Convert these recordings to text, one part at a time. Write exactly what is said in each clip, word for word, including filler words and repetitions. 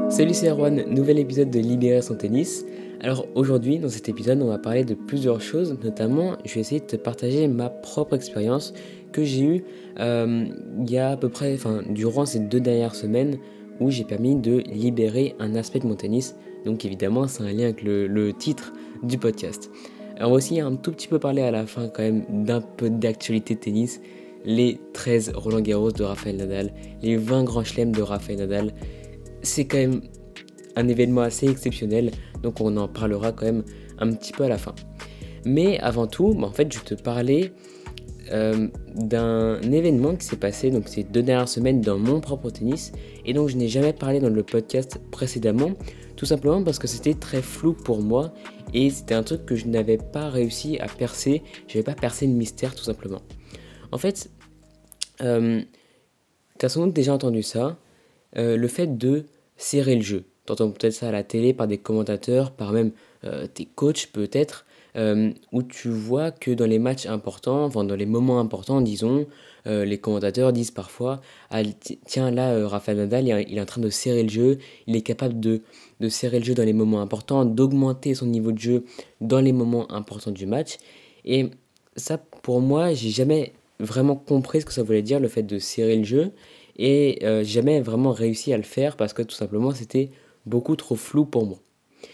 Salut, c'est Erwan, nouvel épisode de Libérer son tennis. Alors aujourd'hui, dans cet épisode, on va parler de plusieurs choses, notamment je vais essayer de te partager ma propre expérience que j'ai eue euh, il y a à peu près, enfin durant ces deux dernières semaines où j'ai permis de libérer un aspect de mon tennis. Donc évidemment, c'est un lien avec le, le titre du podcast. Alors aussi, un tout petit peu parler à la fin quand même d'un peu d'actualité de tennis, les treize Roland Garros de Rafael Nadal, les vingt grands chelems de Rafael Nadal. C'est quand même un événement assez exceptionnel, donc on en parlera quand même un petit peu à la fin. Mais avant tout, bah en fait, je te parlais euh, d'un événement qui s'est passé donc ces deux dernières semaines dans mon propre tennis, et donc je n'ai jamais parlé dans le podcast précédemment, tout simplement parce que c'était très flou pour moi, et c'était un truc que je n'avais pas réussi à percer, je n'avais pas percé le mystère tout simplement. En fait, euh, tu as sans doute déjà entendu ça, euh, le fait de serrer le jeu. Tu entends peut-être ça à la télé par des commentateurs, par même euh, tes coachs peut-être, euh, où tu vois que dans les matchs importants, enfin dans les moments importants, disons, euh, les commentateurs disent parfois ah, tiens là, euh, Rafael Nadal, il est, il est en train de serrer le jeu, il est capable de, de serrer le jeu dans les moments importants, d'augmenter son niveau de jeu dans les moments importants du match. Et ça, pour moi, j'ai jamais vraiment compris ce que ça voulait dire, le fait de serrer le jeu. Et euh, j'ai jamais vraiment réussi à le faire parce que tout simplement c'était beaucoup trop flou pour moi.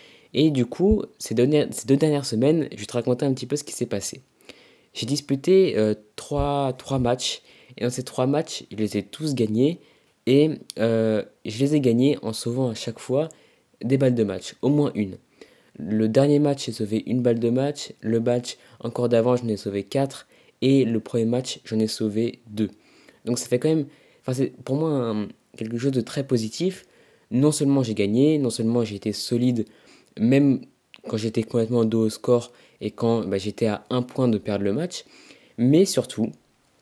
Et du coup, ces deux, ces deux dernières semaines, je vais te raconter un petit peu ce qui s'est passé. J'ai disputé euh, trois, trois matchs, et dans ces trois matchs, je les ai tous gagnés, et euh, je les ai gagnés en sauvant à chaque fois des balles de match, au moins une. Le dernier match, j'ai sauvé une balle de match, le match encore d'avant, j'en ai sauvé quatre, et le premier match, j'en ai sauvé deux. Donc ça fait quand même, enfin c'est pour moi un- quelque chose de très positif. Non seulement j'ai gagné, non seulement j'ai été solide, même quand j'étais complètement dos au score et quand bah, j'étais à un point de perdre le match, mais surtout,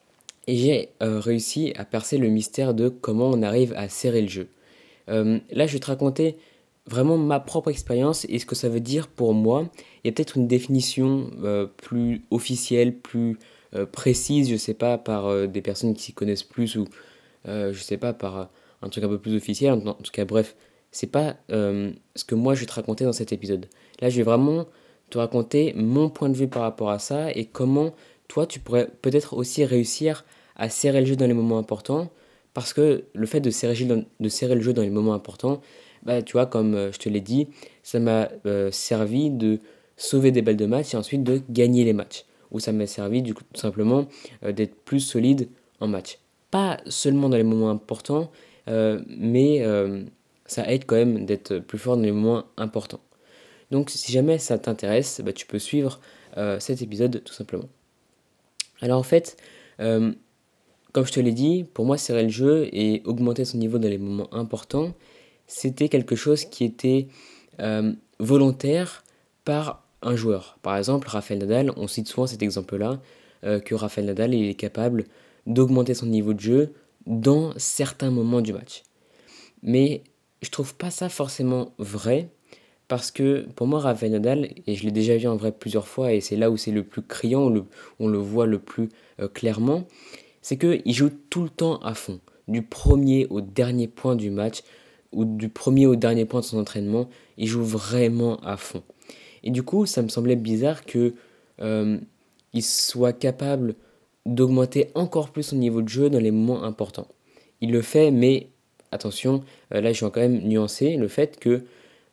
j'ai euh, réussi à percer le mystère de comment on arrive à serrer le jeu. Euh, là, je vais te raconter vraiment ma propre expérience et ce que ça veut dire pour moi. Il y a peut-être une définition euh, plus officielle, plus euh, précise, je sais pas, par euh, des personnes qui s'y connaissent plus ou euh, je sais pas, par euh, un truc un peu plus officiel. En, en tout cas, bref, c'est pas euh, ce que moi je vais te raconter dans cet épisode. Là, je vais vraiment te raconter mon point de vue par rapport à ça et comment toi tu pourrais peut-être aussi réussir à serrer le jeu dans les moments importants. Parce que le fait de serrer, le jeu dans- de serrer le jeu dans les moments importants, bah, tu vois, comme euh, je te l'ai dit, ça m'a euh, servi de sauver des balles de match et ensuite de gagner les matchs. Ou ça m'a servi du coup, tout simplement euh, d'être plus solide en match. Pas seulement dans les moments importants, euh, mais euh, ça aide quand même d'être plus fort dans les moments importants. Donc si jamais ça t'intéresse, bah, tu peux suivre euh, cet épisode tout simplement. Alors en fait, euh, comme je te l'ai dit, pour moi serrer le jeu et augmenter son niveau dans les moments importants, c'était quelque chose qui était euh, volontaire par un joueur. Par exemple, Rafael Nadal, on cite souvent cet exemple-là, euh, que Rafael Nadal il est capable d'augmenter son niveau de jeu dans certains moments du match. Mais je trouve pas ça forcément vrai, parce que pour moi, Rafael Nadal, et je l'ai déjà vu en vrai plusieurs fois, et c'est là où c'est le plus criant, où le- on le voit le plus euh, clairement, c'est qu'il joue tout le temps à fond, du premier au dernier point du match, ou du premier au dernier point de son entraînement, il joue vraiment à fond. Et du coup, ça me semblait bizarre que euh, il soit capable d'augmenter encore plus son niveau de jeu dans les moments importants. Il le fait, mais attention, euh, là je vais quand même nuancer le fait que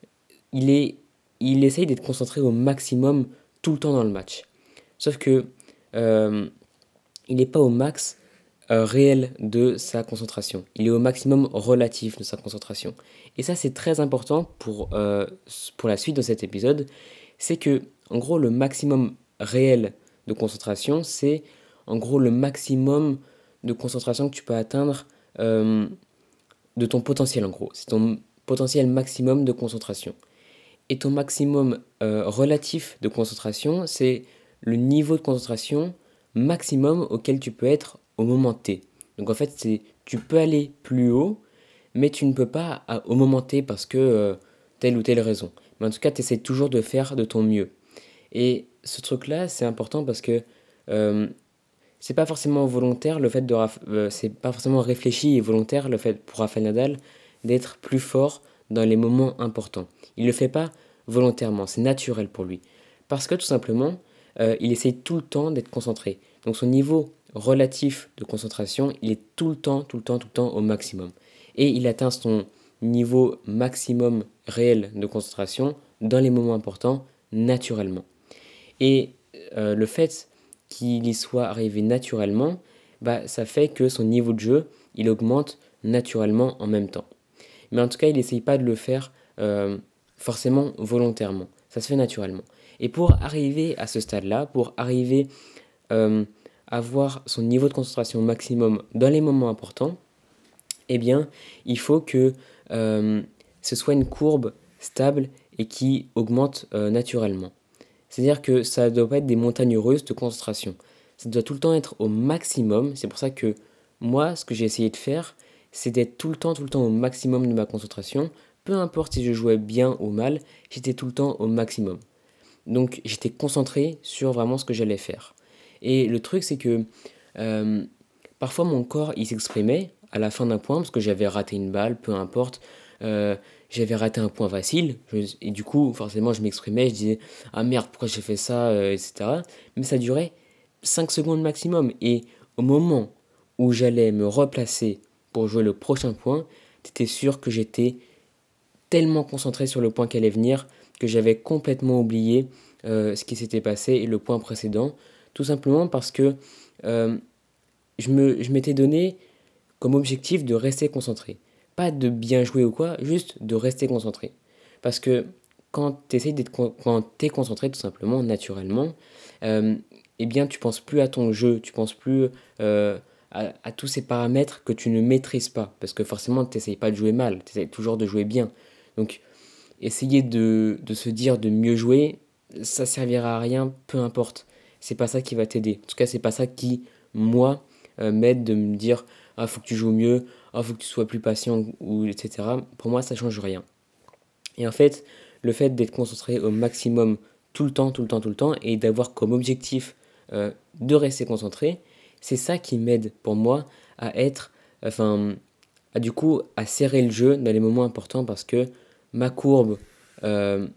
il est, il essaye d'être concentré au maximum tout le temps dans le match. Sauf que euh, il n'est pas au max euh, réel de sa concentration. Il est au maximum relatif de sa concentration. Et ça, c'est très important pour, euh, pour la suite de cet épisode. C'est que, en gros, le maximum réel de concentration, c'est en gros le maximum de concentration que tu peux atteindre euh, de ton potentiel, en gros. C'est ton potentiel maximum de concentration. Et ton maximum euh, relatif de concentration, c'est le niveau de concentration maximum auquel tu peux être au moment T. Donc en fait, c'est tu peux aller plus haut, mais tu ne peux pas à- au moment T parce que euh, telle ou telle raison. Mais en tout cas, tu essaies toujours de faire de ton mieux. Et ce truc-là, c'est important parce que euh, c'est pas forcément volontaire le fait de Raf- euh, c'est pas forcément réfléchi et volontaire le fait pour Rafael Nadal d'être plus fort dans les moments importants. Il ne le fait pas volontairement, c'est naturel pour lui. Parce que tout simplement, euh, il essaye tout le temps d'être concentré. Donc son niveau relatif de concentration, il est tout le temps, tout le temps, tout le temps au maximum. Et il atteint son niveau maximum réel de concentration dans les moments importants naturellement. Et euh, le fait qu'il y soit arrivé naturellement, bah, ça fait que son niveau de jeu, il augmente naturellement en même temps. Mais en tout cas, il n'essaye pas de le faire euh, forcément volontairement. Ça se fait naturellement. Et pour arriver à ce stade-là, pour arriver euh, à avoir son niveau de concentration maximum dans les moments importants, eh bien, il faut que euh, ce soit une courbe stable et qui augmente euh, naturellement. C'est-à-dire que ça ne doit pas être des montagnes russes de concentration. Ça doit tout le temps être au maximum. C'est pour ça que moi, ce que j'ai essayé de faire, c'est d'être tout le temps, tout le temps au maximum de ma concentration. Peu importe si je jouais bien ou mal, j'étais tout le temps au maximum. Donc j'étais concentré sur vraiment ce que j'allais faire. Et le truc, c'est que euh, parfois mon corps, il s'exprimait à la fin d'un point, parce que j'avais raté une balle, peu importe. Euh, j'avais raté un point facile, je- et du coup, forcément, je m'exprimais, je disais ah merde, pourquoi j'ai fait ça, euh, et cetera. Mais ça durait cinq secondes maximum. Et au moment où j'allais me replacer pour jouer le prochain point, t'étais sûr que j'étais tellement concentré sur le point qui allait venir que j'avais complètement oublié euh, ce qui s'était passé et le point précédent. Tout simplement parce que euh, je me, je m'étais donné comme objectif de rester concentré. Pas de bien jouer ou quoi, juste de rester concentré. Parce que quand tu essayes d'être con- quand t'es concentré tout simplement, naturellement, euh, eh bien tu penses plus à ton jeu, tu penses plus euh, à, à tous ces paramètres que tu ne maîtrises pas. Parce que forcément, tu n'essayes pas de jouer mal, tu essayes toujours de jouer bien. Donc essayer de, de se dire de mieux jouer, ça servira à rien, peu importe. C'est pas ça qui va t'aider. En tout cas, c'est pas ça qui, moi, euh, m'aide de me dire ah, faut que tu joues mieux, ah, faut que tu sois plus patient, ou et cetera. Pour moi, ça change rien. Et en fait, le fait d'être concentré au maximum tout le temps, tout le temps, tout le temps, et d'avoir comme objectif euh, de rester concentré, c'est ça qui m'aide pour moi à être, enfin, à, du coup, à serrer le jeu dans les moments importants parce que ma courbe euh,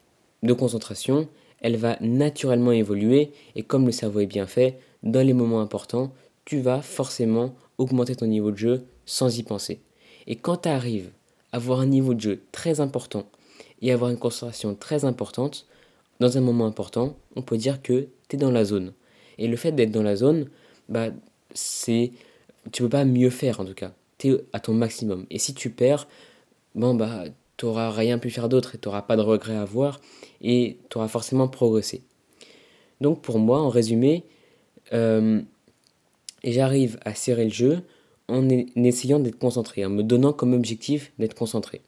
de concentration, elle va naturellement évoluer et comme le cerveau est bien fait, dans les moments importants, tu vas forcément augmenter ton niveau de jeu sans y penser. Et quand tu arrives à avoir un niveau de jeu très important et avoir une concentration très importante, dans un moment important, on peut dire que tu es dans la zone. Et le fait d'être dans la zone, bah, c'est, tu peux pas mieux faire en tout cas. Tu es à ton maximum. Et si tu perds, bon bah t'auras rien pu faire d'autre et t'auras pas de regrets à avoir et t'auras forcément progressé. Donc pour moi, en résumé, euh, j'arrive à serrer le jeu en, e- en essayant d'être concentré, en me donnant comme objectif d'être concentré.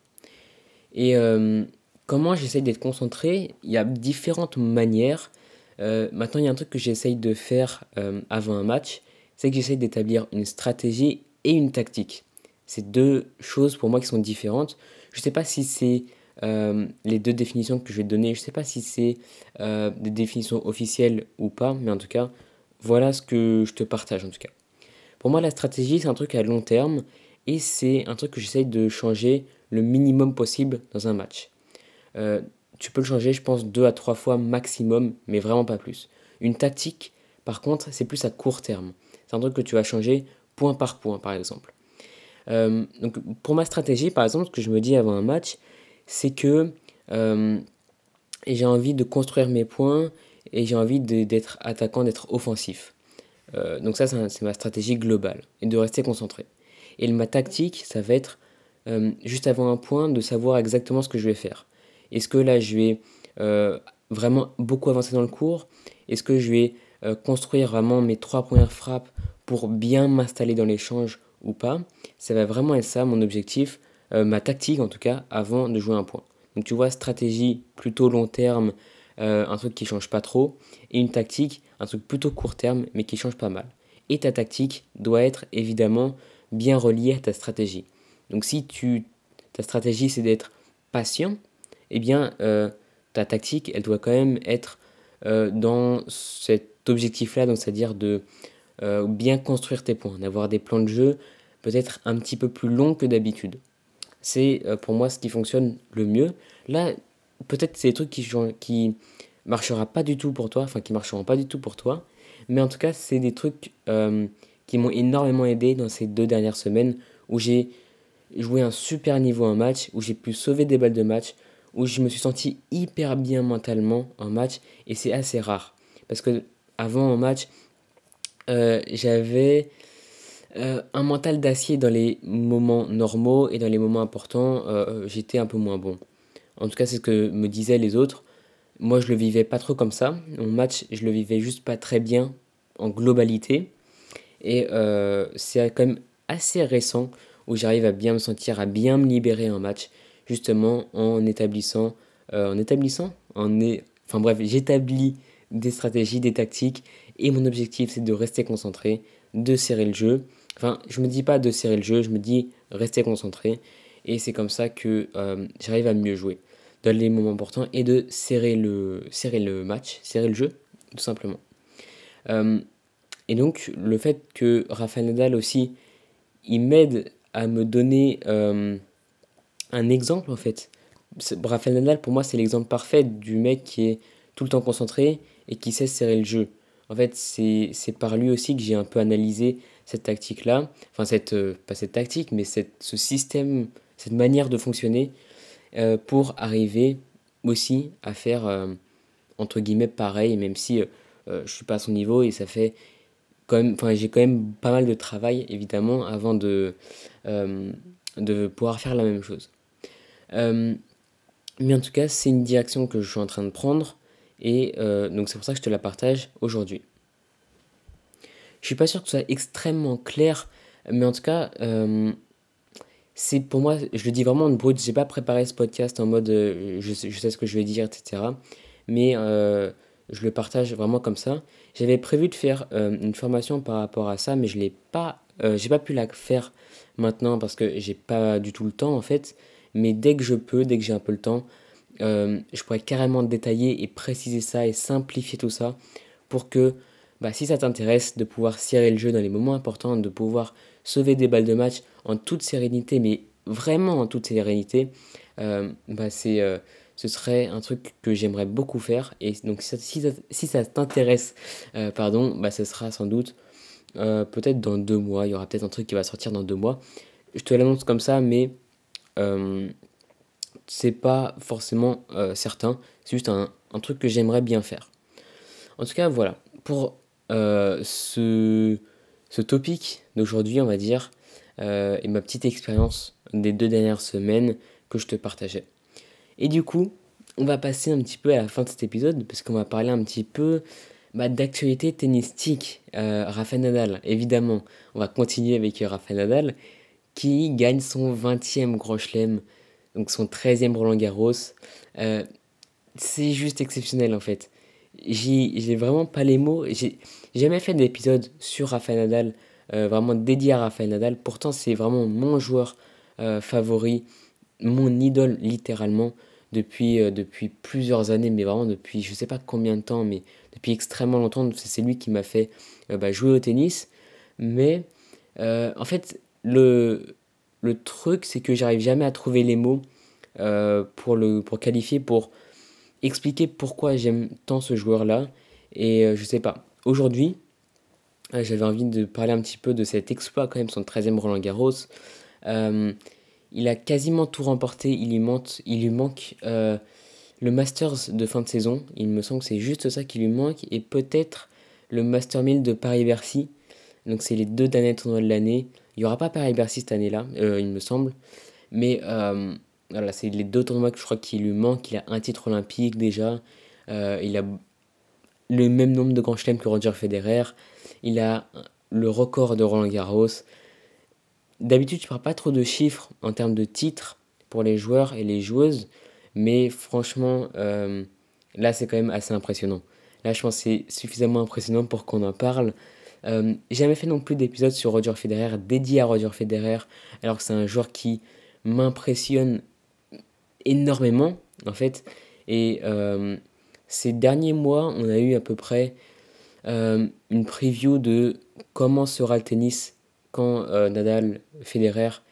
Et euh, comment j'essaye d'être concentré? Il y a différentes manières. Euh, maintenant, il y a un truc que j'essaye de faire euh, avant un match, c'est que j'essaye d'établir une stratégie et une tactique. C'est deux choses pour moi qui sont différentes. Je ne sais pas si c'est euh, les deux définitions que je vais te donner, je ne sais pas si c'est euh, des définitions officielles ou pas, mais en tout cas, voilà ce que je te partage en tout cas. Pour moi, la stratégie, c'est un truc à long terme et c'est un truc que j'essaye de changer le minimum possible dans un match. Euh, tu peux le changer, je pense, deux à trois fois maximum, mais vraiment pas plus. Une tactique, par contre, c'est plus à court terme. C'est un truc que tu vas changer point par point, par exemple. Euh, donc, pour ma stratégie, par exemple, ce que je me dis avant un match, c'est que euh, j'ai envie de construire mes points et j'ai envie de- d'être attaquant, d'être offensif. Euh, donc ça, c'est un- c'est ma stratégie globale et de rester concentré. Et ma tactique, ça va être euh, juste avant un point de savoir exactement ce que je vais faire. Est-ce que là, je vais euh, vraiment beaucoup avancer dans le cours? Est-ce que je vais euh, construire vraiment mes trois premières frappes pour bien m'installer dans l'échange ou pas? Ça va vraiment être ça mon objectif, euh, ma tactique en tout cas, avant de jouer un point. Donc tu vois, stratégie plutôt long terme, euh, un truc qui change pas trop, et une tactique, un truc plutôt court terme, mais qui change pas mal. Et ta tactique doit être évidemment bien reliée à ta stratégie. Donc si tu, ta stratégie c'est d'être patient, eh bien euh, ta tactique elle doit quand même être euh, dans cet objectif-là, donc c'est-à-dire de euh, bien construire tes points, d'avoir des plans de jeu peut-être un petit peu plus longs que d'habitude. C'est euh, pour moi ce qui fonctionne le mieux. Là, peut-être c'est des trucs qui, chang- qui marchera pas du tout pour toi, enfin qui marcheront pas du tout pour toi, mais en tout cas, c'est des trucs euh, qui m'ont énormément aidé dans ces deux dernières semaines où j'ai joué un super niveau en match, où j'ai pu sauver des balles de match, où je me suis senti hyper bien mentalement en match, et c'est assez rare. Parce que avant en match, euh, j'avais euh, un mental d'acier dans les moments normaux et dans les moments importants, euh, j'étais un peu moins bon. En tout cas, c'est ce que me disaient les autres. Moi, je le vivais pas trop comme ça. Mon match, je le vivais juste pas très bien en globalité. Et euh, c'est quand même assez récent où j'arrive à bien me sentir, à bien me libérer en match, justement en établissant, euh, en établissant, en é- enfin bref, j'établis des stratégies, des tactiques, et mon objectif c'est de rester concentré, de serrer le jeu. Enfin, je me dis pas de serrer le jeu, je me dis rester concentré, et c'est comme ça que euh, j'arrive à mieux jouer dans les moments importants et de serrer le, serrer le match, serrer le jeu, tout simplement. Euh, et donc, le fait que Rafael Nadal aussi, il m'aide à me donner euh, un exemple, en fait. Rafael Nadal, pour moi, c'est l'exemple parfait du mec qui est tout le temps concentré et qui sait serrer le jeu. En fait, c'est c'est par lui aussi que j'ai un peu analysé cette tactique-là. Enfin, cette, euh, pas cette tactique, mais cette, ce système, cette manière de fonctionner euh, pour arriver aussi à faire, euh, entre guillemets, pareil, même si euh, euh, je suis pas à son niveau et ça fait quand même, enfin, j'ai quand même pas mal de travail, évidemment, avant de, euh, de pouvoir faire la même chose. Euh, mais en tout cas, c'est une direction que je suis en train de prendre, et euh, donc c'est pour ça que je te la partage aujourd'hui. Je suis pas sûr que ce soit extrêmement clair, mais en tout cas, euh, c'est pour moi, je le dis vraiment en brut, j'ai pas préparé ce podcast en mode euh, je, sais, je sais ce que je vais dire, et cetera. Mais euh, je le partage vraiment comme ça. J'avais prévu de faire euh, une formation par rapport à ça, mais je l'ai pas, euh, j'ai pas pu la faire maintenant parce que j'ai pas du tout le temps en fait. Mais dès que je peux, dès que j'ai un peu le temps, euh, je pourrais carrément détailler et préciser ça et simplifier tout ça pour que, bah, si ça t'intéresse, de pouvoir serrer le jeu dans les moments importants, de pouvoir sauver des balles de match en toute sérénité, mais vraiment en toute sérénité, euh, bah, c'est, euh, ce serait un truc que j'aimerais beaucoup faire. Et donc, si ça, si ça, si ça t'intéresse, euh, pardon, bah, ce sera sans doute euh, peut-être dans deux mois. Il y aura peut-être un truc qui va sortir dans deux mois. Je te l'annonce comme ça, mais euh, c'est pas forcément euh, certain. C'est juste un, un truc que j'aimerais bien faire. En tout cas, voilà. Pour euh, ce, ce topic d'aujourd'hui, on va dire, euh, et ma petite expérience des deux dernières semaines que je te partageais. Et du coup, on va passer un petit peu à la fin de cet épisode, parce qu'on va parler un petit peu bah, d'actualité tennistique. Euh, Rafael Nadal, évidemment. On va continuer avec Rafael Nadal, qui gagne son vingtième Grand Chelem, donc son treizième Roland Garros. Euh, c'est juste exceptionnel en fait. J'ai j'ai vraiment pas les mots. J'ai jamais fait d'épisode sur Rafael Nadal, euh, vraiment dédié à Rafael Nadal. Pourtant, c'est vraiment mon joueur euh, favori, mon idole littéralement depuis, euh, depuis plusieurs années, mais vraiment depuis je sais pas combien de temps, mais depuis extrêmement longtemps. C'est c'est lui qui m'a fait euh, bah, jouer au tennis. Mais euh, en fait, le, le truc, c'est que j'arrive jamais à trouver les mots euh, pour, le, pour qualifier, pour expliquer pourquoi j'aime tant ce joueur-là. Et euh, je sais pas. Aujourd'hui, euh, j'avais envie de parler un petit peu de cet exploit, quand même, son treizième Roland Garros. Euh, il a quasiment tout remporté. Il lui manque, il lui manque euh, le Masters de fin de saison. Il me semble que c'est juste ça qui lui manque. Et peut-être le Master mille de Paris-Bercy. Donc, c'est les deux derniers tournois de l'année. Il n'y aura pas Paris-Bercy cette année-là, euh, il me semble. Mais euh, voilà, c'est les deux tournois que je crois qu'il lui manque. Il a un titre olympique déjà. Euh, il a le même nombre de grands chelems que Roger Federer. Il a le record de Roland Garros. D'habitude, je ne parle pas trop de chiffres en termes de titres pour les joueurs et les joueuses. Mais franchement, euh, là, c'est quand même assez impressionnant. Là, je pense que c'est suffisamment impressionnant pour qu'on en parle. Euh, j'ai jamais fait non plus d'épisode sur Roger Federer dédié à Roger Federer, alors que c'est un joueur qui m'impressionne énormément, en fait. Et euh, ces derniers mois, on a eu à peu près euh, une preview de comment sera le tennis quand euh, Nadal, Federer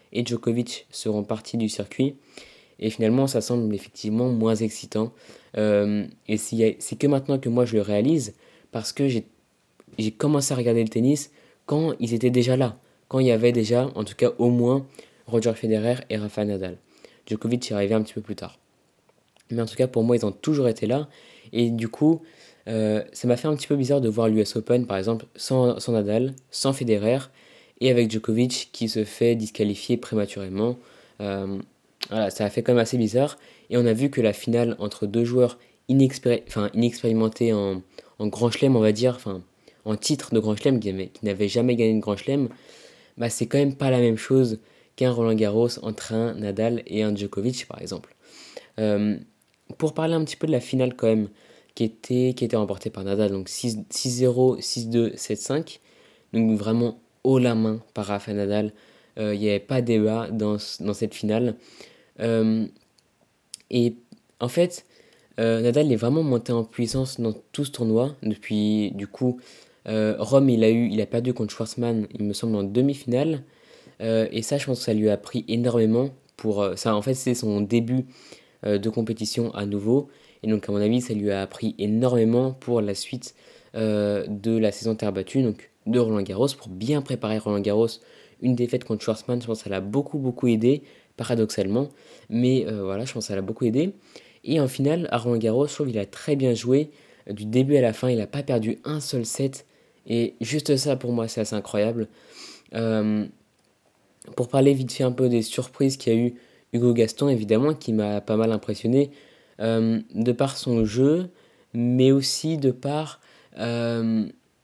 et Djokovic seront partis du circuit. Et finalement, ça semble effectivement moins excitant. Euh, et c'est c'est que maintenant que moi je le réalise, parce que j'ai j'ai commencé à regarder le tennis quand ils étaient déjà là. Quand il y avait déjà, en tout cas au moins, Roger Federer et Rafa Nadal. Djokovic est arrivé un petit peu plus tard. Mais en tout cas, pour moi, ils ont toujours été là. Et du coup, euh, ça m'a fait un petit peu bizarre de voir l'U S Open, par exemple, sans, sans Nadal, sans Federer, et avec Djokovic qui se fait disqualifier prématurément. Euh, voilà, ça a fait quand même assez bizarre. Et on a vu que la finale entre deux joueurs inexpéri- enfin, inexpérimentés en, en Grand Chelem, on va dire, enfin, en titre de Grand Chelem, qui n'avaient qui n'avaient jamais gagné de Grand Chelem, bah, c'est quand même pas la même chose qu'un Roland Garros entre un Nadal et un Djokovic, par exemple. Euh, pour parler un petit peu de la finale quand même, qui était, qui était remportée par Nadal, donc six zéro, six deux, sept cinq, donc vraiment haut la main par Rafa Nadal. Euh, Il n'y avait pas de débat dans, dans cette finale. Euh, et en fait, euh, Nadal est vraiment monté en puissance dans tout ce tournoi. Depuis, du coup, euh, Rome, il a, eu, il a perdu contre Schwartzmann, il me semble, en demi-finale. Euh, et ça, je pense que ça lui a pris énormément. Pour, euh, ça, en fait, c'est son début euh, de compétition à nouveau. Et donc, à mon avis, ça lui a appris énormément pour la suite euh, de la saison terre battue, donc de Roland Garros, pour bien préparer Roland Garros. Une défaite contre Schwarzman, je pense que ça l'a beaucoup, beaucoup aidé, paradoxalement. Mais euh, voilà, je pense que ça l'a beaucoup aidé. Et en finale, à Roland Garros, je trouve qu'il a très bien joué euh, du début à la fin. Il n'a pas perdu un seul set. Et juste ça, pour moi, c'est assez incroyable. Euh, pour parler vite fait un peu des surprises qu'il y a eu, Hugo Gaston, évidemment, qui m'a pas mal impressionné, euh, de par son jeu, mais aussi de par euh,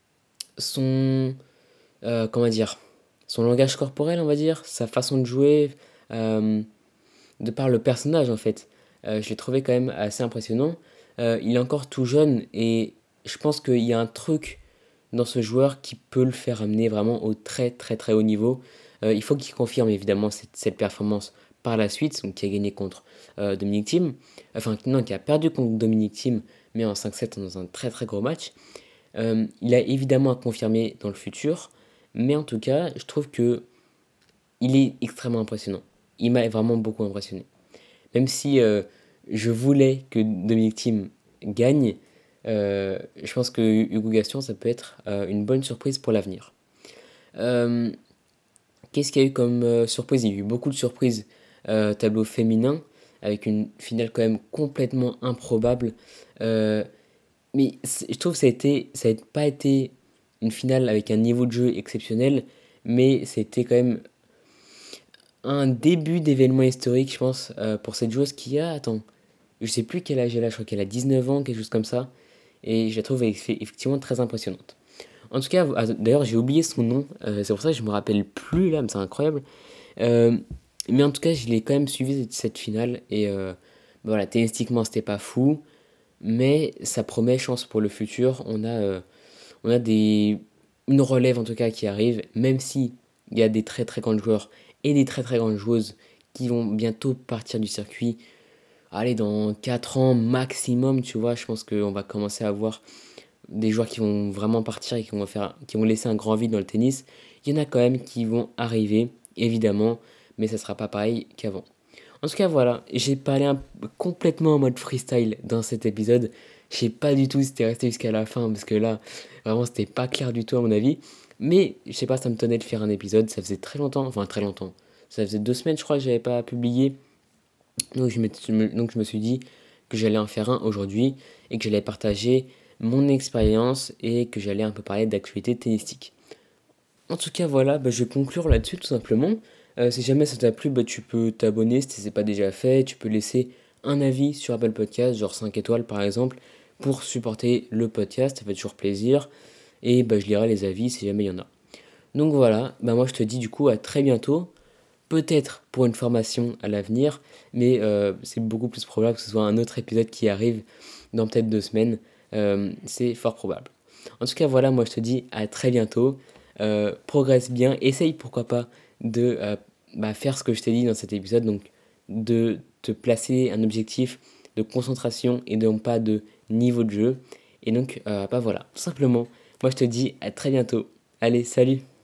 son, euh, comment dire, son langage corporel, on va dire, sa façon de jouer, euh, de par le personnage, en fait. Euh, je l'ai trouvé quand même assez impressionnant. Euh, il est encore tout jeune et je pense qu'il y a un truc dans ce joueur qui peut le faire amener vraiment au très très très haut niveau. Euh, il faut qu'il confirme évidemment cette, cette performance par la suite, donc qui a gagné contre euh, Dominic Thiem, enfin non, qui a perdu contre Dominic Thiem, mais en cinq sept dans un très très gros match. Euh, il a évidemment à confirmer dans le futur, mais en tout cas, je trouve que il est extrêmement impressionnant. Il m'a vraiment beaucoup impressionné. Même si euh, je voulais que Dominic Thiem gagne, euh, je pense que Hugo Gaston, ça peut être euh, une bonne surprise pour l'avenir. Euh, Qu'est-ce qu'il y a eu comme euh, surprise? Il y a eu beaucoup de surprises euh, tableau féminin, avec une finale quand même complètement improbable. Euh, mais je trouve que ça a été, ça n'a pas été une finale avec un niveau de jeu exceptionnel, mais c'était quand même un début d'événement historique, je pense, euh, pour cette joueuse qui a, attends, je sais plus quel âge elle a, je crois qu'elle a dix-neuf ans, quelque chose comme ça, et je la trouve effectivement très impressionnante. En tout cas, ah, d'ailleurs, j'ai oublié son nom, euh, c'est pour ça que je me rappelle plus là, mais c'est incroyable. Euh, mais en tout cas, je l'ai quand même suivi cette, cette finale, et euh, bah voilà, tennistiquement, c'était pas fou, mais ça promet chance pour le futur. On a, euh, on a des, une relève en tout cas qui arrive, même si il y a des très très grands joueurs et des très très grandes joueuses qui vont bientôt partir du circuit. Allez, dans quatre ans maximum, tu vois, je pense qu'on va commencer à voir des joueurs qui vont vraiment partir et qui vont, faire, qui vont laisser un grand vide dans le tennis. Il y en a quand même qui vont arriver, évidemment, mais ça sera pas pareil qu'avant. En tout cas, voilà, j'ai parlé un, complètement en mode freestyle dans cet épisode. Je sais pas du tout si c'était resté jusqu'à la fin, parce que là, vraiment, c'était pas clair du tout à mon avis. Mais je sais pas, ça me tenait de faire un épisode. Ça faisait très longtemps, enfin très longtemps. Ça faisait deux semaines, je crois, que j'avais pas publié. Donc je, me, donc je me suis dit que j'allais en faire un aujourd'hui et que j'allais partager mon expérience et que j'allais un peu parler d'actualité tennistique. En tout cas, voilà, bah, je vais conclure là-dessus tout simplement. Euh, si jamais ça t'a plu, bah, tu peux t'abonner si ce n'est pas déjà fait. Tu peux laisser un avis sur Apple Podcast, genre cinq étoiles par exemple, pour supporter le podcast. Ça fait toujours plaisir. Et bah, je lirai les avis si jamais il y en a. Donc voilà, bah, moi je te dis du coup à très bientôt. Peut-être pour une formation à l'avenir, mais euh, c'est beaucoup plus probable que ce soit un autre épisode qui arrive dans peut-être deux semaines. Euh, c'est fort probable. En tout cas, voilà, moi je te dis à très bientôt. Euh, progresse bien, essaye pourquoi pas de euh, bah, faire ce que je t'ai dit dans cet épisode, donc de te placer un objectif de concentration et non pas de niveau de jeu. Et donc, euh, bah voilà, tout simplement, moi je te dis à très bientôt. Allez, salut!